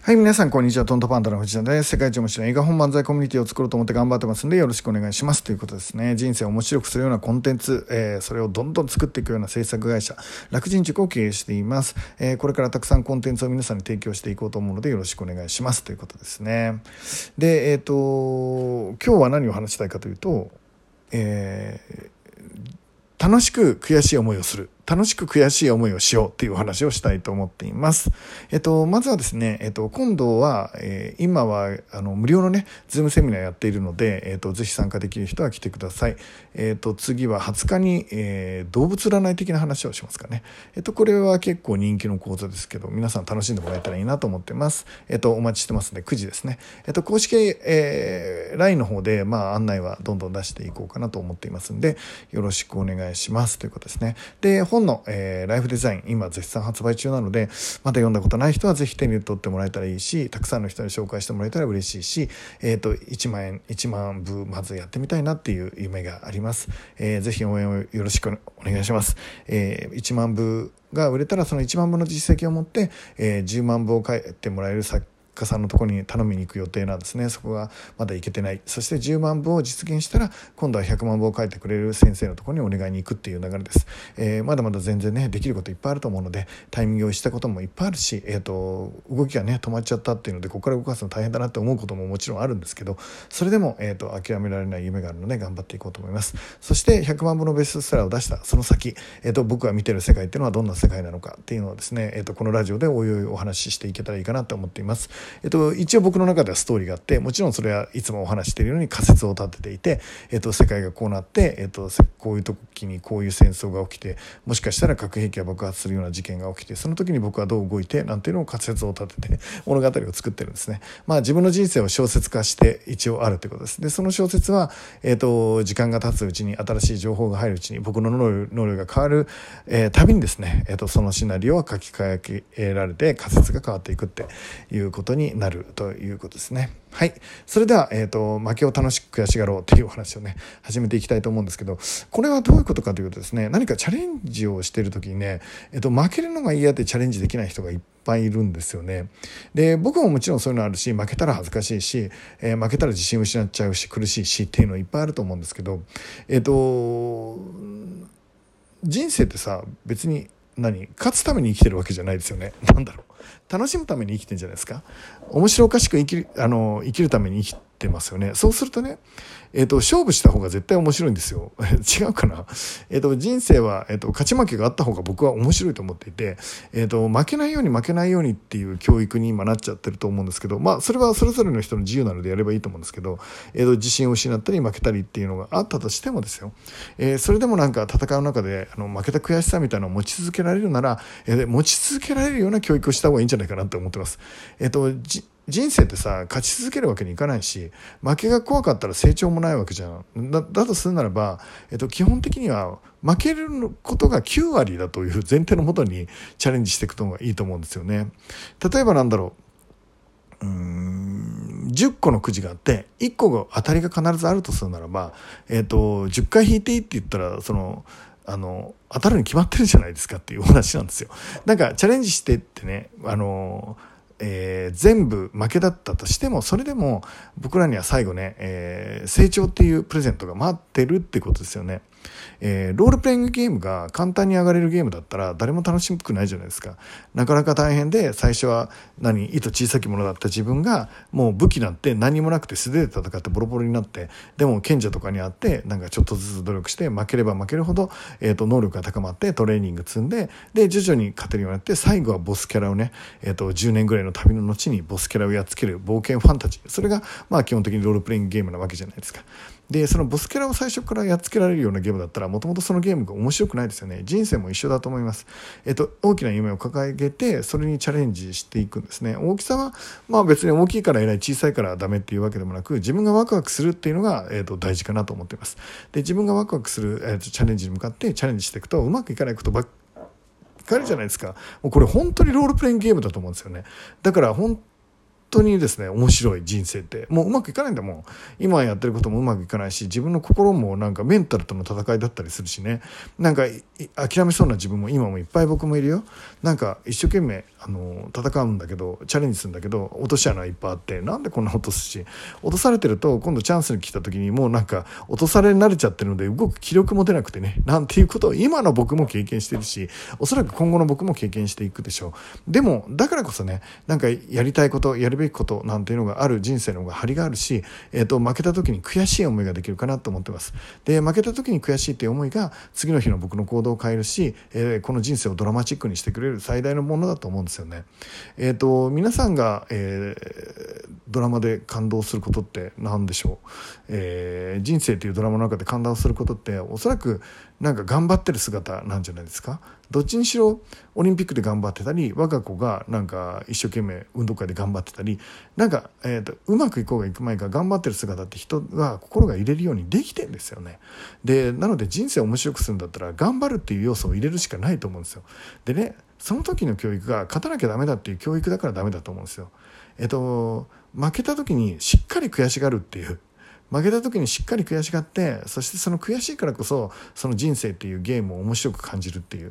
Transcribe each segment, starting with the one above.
はい、皆さん、こんにちは。トントパンダの藤田です。世界一面白い映画本漫才コミュニティを作ろうと思って頑張ってますんで、よろしくお願いしますということですね。人生を面白くするようなコンテンツ、それをどんどん作っていくような制作会社、楽人塾を経営しています。これからたくさんコンテンツを皆さんに提供していこうと思うので、よろしくお願いしますということですね。で、今日は何を話したいかというと、楽しく悔しい思いをする。楽しく悔しい思いをしようっていうお話をしたいと思っています。まずはですね、今度は、今は無料のね、ズームセミナーやっているので、ぜひ参加できる人は来てください。次は20日に、動物占い的な話をしますかね。これは結構人気の講座ですけど、皆さん楽しんでもらえたらいいなと思ってます。お待ちしてますので、9時ですね。公式、LINE の方で、案内はどんどん出していこうかなと思っていますんで、よろしくお願いしますということですね。で、本の、ライフデザイン今絶賛発売中なので、まだ読んだことない人はぜひ手に取ってもらえたらいいし、たくさんの人に紹介してもらえたら嬉しいし、1万部まずやってみたいなっていう夢があります。ぜひ応援をよろしくお願いします。1万部が売れたらその1万部の実績を持って、10万部を書いてもらえる作家さんのところに頼みに行く予定なんですね。そこがまだ行けてない。そして10万部を実現したら今度は100万部を書いてくれる先生のところにお願いに行くっていう流れです。まだまだ全然ねできることいっぱいあると思うので、タイミングをしたこともいっぱいあるし、動きがね止まっちゃったっていうのでここから動かすの大変だなって思うことももちろんあるんですけど、それでも、諦められない夢があるので頑張っていこうと思います。そして100万部のベストセラーを出したその先、僕が見てる世界っていうのはどんな世界なのかっていうのをですね、このラジオでおいおいお話ししていけたらいいかなと思っています。一応僕の中ではストーリーがあって、もちろんそれはいつもお話しているように仮説を立てていて、世界がこうなって、こういう時にこういう戦争が起きて、もしかしたら核兵器が爆発するような事件が起きて、その時に僕はどう動いてなんていうのを仮説を立てて物語を作ってるんですね。自分の人生を小説化して一応あるということです。でその小説は、時間が経つうちに新しい情報が入るうちに僕の能力が変わる、たびにですね、そのシナリオは書き換えられて仮説が変わっていくっていうことになるということですね。はい。それでは、負けを楽しく悔しがろうというお話をね、始めていきたいと思うんですけど、これはどういうことかというとですね、何かチャレンジをしているときにね、負けるのが嫌でチャレンジできない人がいっぱいいるんですよね。で、僕ももちろんそういうのあるし、負けたら恥ずかしいし、負けたら自信を失っちゃうし、苦しいしっていうのいっぱいあると思うんですけど、人生ってさ、別に勝つために生きてるわけじゃないですよね。楽しむために生きてるんじゃないですか。面白おかしく生きるために生きてますよね。そうするとね、勝負した方が絶対面白いんですよ。違うかな。人生は、勝ち負けがあった方が僕は面白いと思っていて、負けないようにっていう教育に今なっちゃってると思うんですけど、それはそれぞれの人の自由なのでやればいいと思うんですけど、自信を失ったり負けたりっていうのがあったとしてもですよ、それでも戦う中で負けた悔しさみたいなのを持ち続けられるなら、持ち続けられるような教育をした方がいいんじゃないかなって思ってます。人生ってさ、勝ち続けるわけにいかないし、負けが怖かったら成長もないわけじゃん。だとするならば、基本的には負けることが9割だという前提のもとにチャレンジしていくのがいいと思うんですよね。例えば10個のくじがあって、1個が当たりが必ずあるとするならば、10回引いていいって言ったら、当たるに決まってるじゃないですかっていう話なんですよ。チャレンジしてってね、全部負けだったとしても、それでも僕らには最後ね、成長っていうプレゼントが待ってるってことですよね。ロールプレイングゲームが簡単に上がれるゲームだったら誰も楽しくないじゃないですか。なかなか大変で、最初は糸小さきものだった自分がもう武器なんて何もなくて素手で戦ってボロボロになって、でも賢者とかに会ってちょっとずつ努力して負ければ負けるほど、能力が高まってトレーニング積んで、で徐々に勝てるようになって、最後はボスキャラをね、10年ぐらいの旅の後にボスキャラをやっつける冒険ファンタジー、それが基本的にロールプレイングゲームなわけじゃないですか。でそのボスキャラを最初からやっつけられるようなゲームだったら、もともとそのゲームが面白くないですよね。人生も一緒だと思います。大きな夢を掲げてそれにチャレンジしていくんですね。大きさは別に大きいから偉い、小さいからダメっていうわけでもなく、自分がワクワクするっていうのが、大事かなと思っています。で自分がワクワクする、チャレンジに向かってチャレンジしていくとうまくいかないことばっかりじゃないですか。もうこれ本当にロールプレイングゲームだと思うんですよね。だから本当にですね、面白い人生って。もううまくいかないんだもん。今やってることもうまくいかないし、自分の心もなんかメンタルとの戦いだったりするしね。なんか諦めそうな自分も今もいっぱい僕もいるよ。なんか一生懸命戦うんだけど、チャレンジするんだけど、落とし穴いっぱいあって、なんでこんな落とすし、落とされてると今度チャンスに来た時にもうなんか落とされ慣れちゃってるので動く気力も出なくてね、なんていうことを今の僕も経験してるし、おそらく今後の僕も経験していくでしょう。でもだからこそね、なんかやりたいこと、やるべきことなんていうのがある人生の方が張りがあるし、負けた時に悔しい思いができるかなと思ってます。で、負けた時に悔しいっていう思いが次の日の僕の行動を変えるし、この人生をドラマチックにしてくれる最大のものだと思うんですよね。皆さんが、ドラマで感動することって何でしょう。人生というドラマの中で感動することっておそらくなんか頑張ってる姿なんじゃないですか。どっちにしろオリンピックで頑張ってたり、我が子がなんか一生懸命運動会で頑張ってたり、なんか、うまくいこうがいくまいか頑張ってる姿って人が心が入れるようにできてるんですよね。で、なので人生を面白くするんだったら頑張るっていう要素を入れるしかないと思うんですよ。でね、その時の教育が勝たなきゃダメだっていう教育だからダメだと思うんですよ。負けた時にしっかり悔しがるっていう、負けた時にしっかり悔しがって、そしてその悔しいからこそその人生っていうゲームを面白く感じるっていう、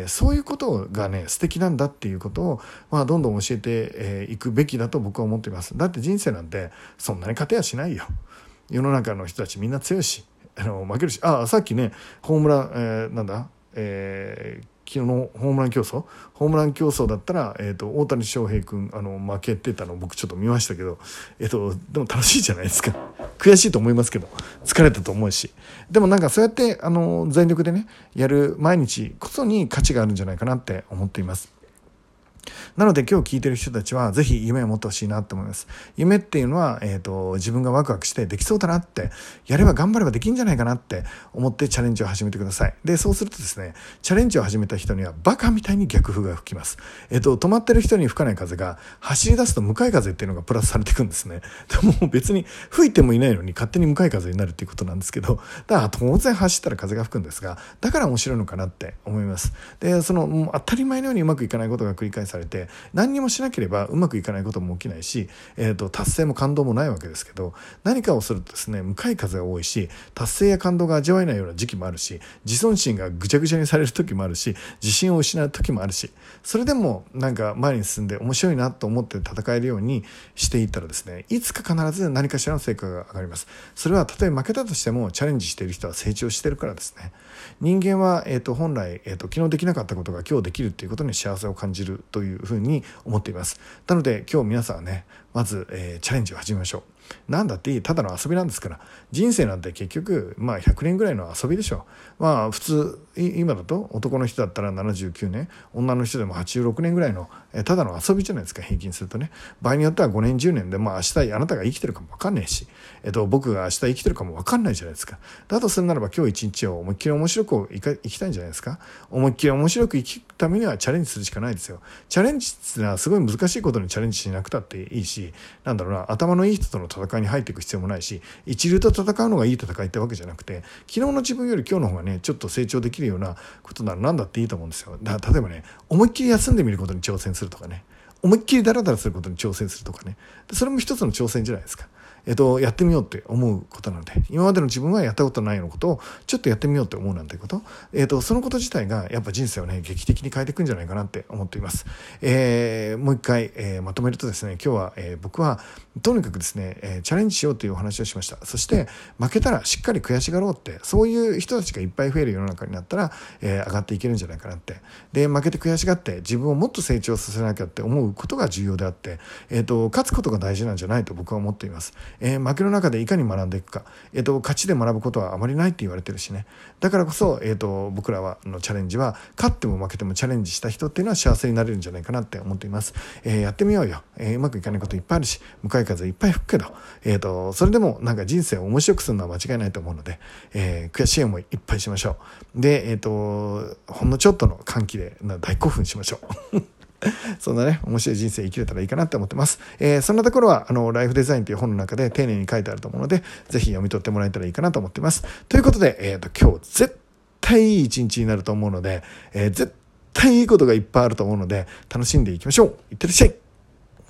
そういうことがね素敵なんだっていうことを、どんどん教えていくべきだと僕は思っています。だって人生なんてそんなに勝てやしないよ。世の中の人たちみんな強いし、負けるし、さっきねホームラン昨日のホームラン競争だったら、大谷翔平君負けてたの僕ちょっと見ましたけど、でも楽しいじゃないですか。悔しいと思いますけど疲れたと思うし、でもなんかそうやって全力でねやる毎日こそに価値があるんじゃないかなって思っています。なので今日聞いてる人たちはぜひ夢を持ってほしいなと思います。夢っていうのは、自分がワクワクしてできそうだなって、やれば頑張ればできるんじゃないかなって思ってチャレンジを始めてください。で、そうするとですね、チャレンジを始めた人にはバカみたいに逆風が吹きます。止まってる人に吹かない風が走り出すと向かい風っていうのがプラスされていくんですね。でも別に吹いてもいないのに勝手に向かい風になるっていうことなんですけど、だから当然走ったら風が吹くんですが、だから面白いのかなって思います。で、もう当たり前のようにうまくいかないことが繰り返されて、何にもしなければうまくいかないことも起きないし、達成も感動もないわけですけど、何かをするとですね、向かい風が多いし、達成や感動が味わえないような時期もあるし、自尊心がぐちゃぐちゃにされる時もあるし、自信を失う時もあるし、それでもなんか前に進んで面白いなと思って戦えるようにしていったらですね、いつか必ず何かしらの成果が上がります。それはたとえ負けたとしてもチャレンジしている人は成長しているからですね。人間は、本来、昨日できなかったことが今日できるということに幸せを感じるというふうに思っています。なので今日皆さんはね、まず、チャレンジを始めましょう。なんだっていい、ただの遊びなんですから。人生なんて結局100年ぐらいの遊びでしょう。普通今だと男の人だったら79年、女の人でも86年ぐらいのただの遊びじゃないですか、平均するとね。場合によっては5年10年で、明日あなたが生きてるかも分かんないし、僕が明日生きてるかも分かんないじゃないですか。だとするならば今日一日を思いっきり面白く生きたいんじゃないですか。思いっきり面白く生きるためにはチャレンジするしかないですよ。チャレンジってのはすごい難しいことにチャレンジしなくたっていいし、頭のいい人との戦いに入っていく必要もないし、一流と戦うのがいい戦いってわけじゃなくて、昨日の自分より今日の方がねちょっと成長できるようなことなら何だっていいと思うんですよ。だから例えばね、思いっきり休んでみることに挑戦するとかね、思いっきりダラダラすることに挑戦するとかね、それも一つの挑戦じゃないですか。やってみようって思うことなので、今までの自分はやったことないようなことをちょっとやってみようって思うなんてこと、そのこと自体がやっぱ人生をね劇的に変えていくんじゃないかなって思っています。もう一回、まとめるとですね、今日は、僕はとにかくですね、チャレンジしようというお話をしました。そして負けたらしっかり悔しがろうって、そういう人たちがいっぱい増える世の中になったら、上がっていけるんじゃないかなって。で、負けて悔しがって自分をもっと成長させなきゃって思うことが重要であって、勝つことが大事なんじゃないと僕は思っています。負けの中でいかに学んでいくか、勝ちで学ぶことはあまりないって言われてるしね。だからこそ、僕らのチャレンジは勝っても負けてもチャレンジした人っていうのは幸せになれるんじゃないかなって思っています。やってみようよ。うまくいかないこといっぱいあるし、向かい風いっぱい吹くけど、それでもなんか人生を面白くするのは間違いないと思うので、悔しい思いいっぱいしましょう。で、ほんのちょっとの歓喜で大興奮しましょう。そんなね、面白い人生生きれたらいいかなって思ってます。そんなところはライフデザインという本の中で丁寧に書いてあると思うので、ぜひ読み取ってもらえたらいいかなと思ってます。ということで、今日絶対いい一日になると思うので、絶対いいことがいっぱいあると思うので、楽しんでいきましょう。いってらっしゃい。